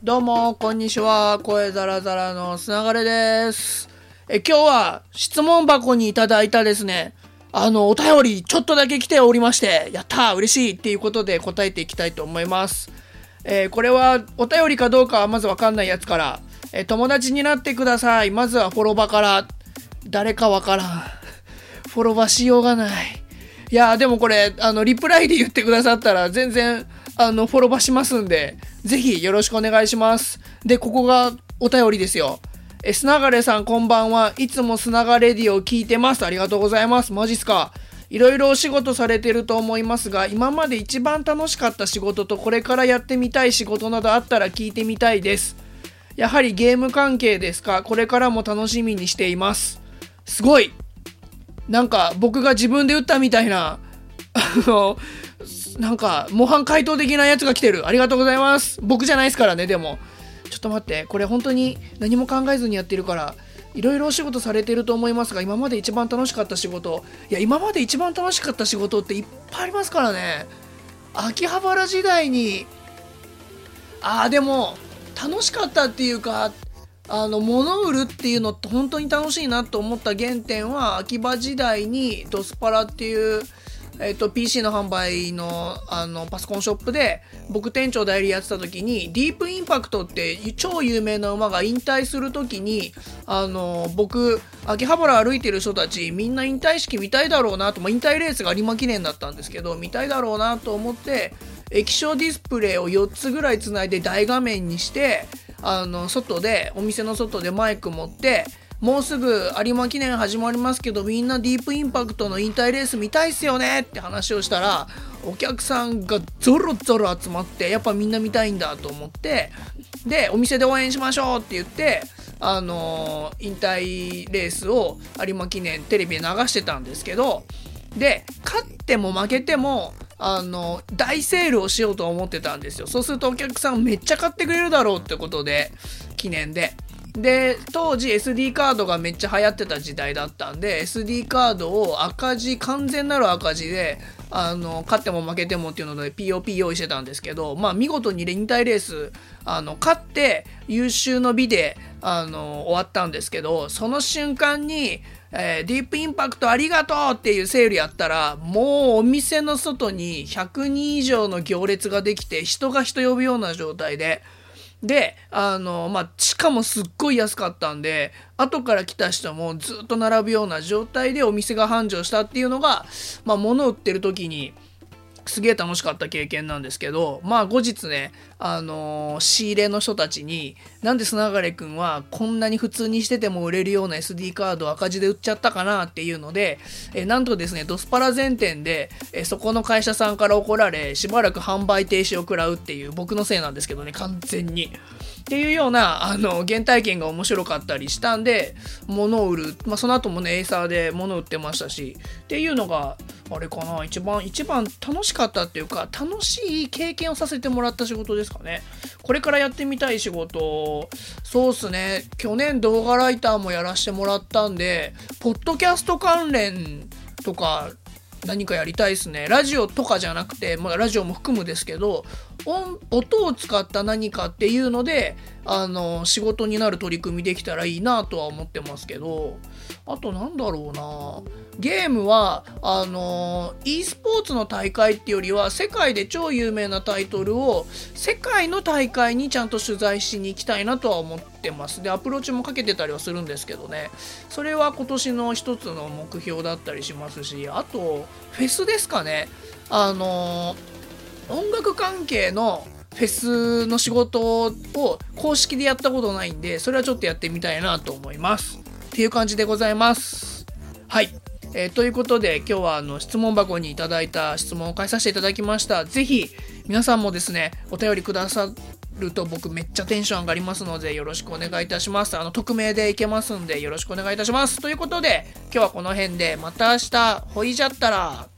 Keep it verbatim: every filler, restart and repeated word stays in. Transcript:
どうもこんにちは、声ザラザラのつながれです。え今日は質問箱にいただいたですね、あのお便りちょっとだけ来ておりまして、やったー嬉しいっていうことで答えていきたいと思います。えー、これはお便りかどうかはまずわかんないやつから、えー、友達になってください。まずはフォロバから。誰かわからん。フォロバしようがない。いやーでもこれあのリプライで言ってくださったら全然あのフォロバしますんで、ぜひよろしくお願いします。で、ここがお便りですよ。え、すながれさんこんばんは。いつもすながレディを聞いてます。ありがとうございます。マジっすか。いろいろお仕事されてると思いますが、今まで一番楽しかった仕事とこれからやってみたい仕事などあったら聞いてみたいです。やはりゲーム関係ですか？これからも楽しみにしています。すごい。なんか僕が自分で打ったみたいな、あの、なんか模範解答的なやつが来てる。ありがとうございます。僕じゃないですからね。でもちょっと待って、これ本当に何も考えずにやってるから、いろいろお仕事されてると思いますが、今まで一番楽しかった仕事、いや今まで一番楽しかった仕事っていっぱいありますからね。秋葉原時代に、ああでも楽しかったっていうか、あの物を売るっていうのって本当に楽しいなと思った原点は、秋葉時代にドスパラっていうえっと、ピーシー の販売 の, あのパソコンショップで僕店長代理やってた時に、ディープインパクトって超有名な馬が引退する時に、あの僕秋葉原歩いてる人たちみんな引退式見たいだろうなと、まあ、引退レースが有馬記念だったんですけど、見たいだろうなと思って液晶ディスプレイをよっつぐらいつないで大画面にして、あの外でお店の外でマイク持って、もうすぐ有馬記念始まりますけど、みんなディープインパクトの引退レース見たいっすよねって話をしたら、お客さんがゾロゾロ集まって、やっぱみんな見たいんだと思って、でお店で応援しましょうって言って、あのー、引退レースを有馬記念テレビで流してたんですけど、で勝っても負けてもあの大セールをしようと思ってたんですよ。そうするとお客さんめっちゃ買ってくれるだろうってことで、記念でで当時 エスディー カードがめっちゃ流行ってた時代だったんで、 エスディー カードを赤字、完全なる赤字で、あの勝っても負けてもっていうので ピーオーピー 用意してたんですけど、まあ見事に引退レースあの勝って優秀の美であの終わったんですけど、その瞬間に、えー、ディープインパクトありがとうっていうセールやったら、もうお店の外にひゃくにん以上の行列ができて、人が人呼ぶような状態で、で、あの、まあ、しかもすっごい安かったんで、後から来た人もずっと並ぶような状態でお店が繁盛したっていうのが、まあ、物売ってる時にすげえ楽しかった経験なんですけど、まあ後日ね、あのー、仕入れの人たちに、なんでつながれくんはこんなに普通にしてても売れるような エスディー カードを赤字で売っちゃったかなっていうので、えなんとですね、ドスパラ全店でえそこの会社さんから怒られ、しばらく販売停止を食らうっていう、僕のせいなんですけどね、完全にっていうようなあの原体験が面白かったりしたんで、物を売る、まあ、その後もねエイサーで物を売ってましたしっていうのがあれかな、一番一番楽しかったっていうか、楽しい経験をさせてもらった仕事ですかね。これからやってみたい仕事、そうっすね、去年動画ライターもやらせてもらったんで、ポッドキャスト関連とか何かやりたいですね。ラジオとかじゃなくて、まあ、ラジオも含むですけど、音, 音を使った何かっていうのであの仕事になる取り組みできたらいいなとは思ってますけど、あとなんだろうな、ゲームはあの e スポーツの大会っていうよりは、世界で超有名なタイトルを世界の大会にちゃんと取材しに行きたいなとは思ってます。でアプローチもかけてたりはするんですけどね、それは今年の一つの目標だったりしますし、あとフェスですかね。あの音楽関係のフェスの仕事を公式でやったことないんで、それはちょっとやってみたいなと思いますっていう感じでございます。はい、えー、ということで今日はあの質問箱にいただいた質問を返させていただきました。ぜひ皆さんもですねお便りくださると僕めっちゃテンション上がりますので、よろしくお願いいたします。あの匿名でいけますんでよろしくお願いいたします。ということで今日はこの辺で、また明日ほいじゃったら。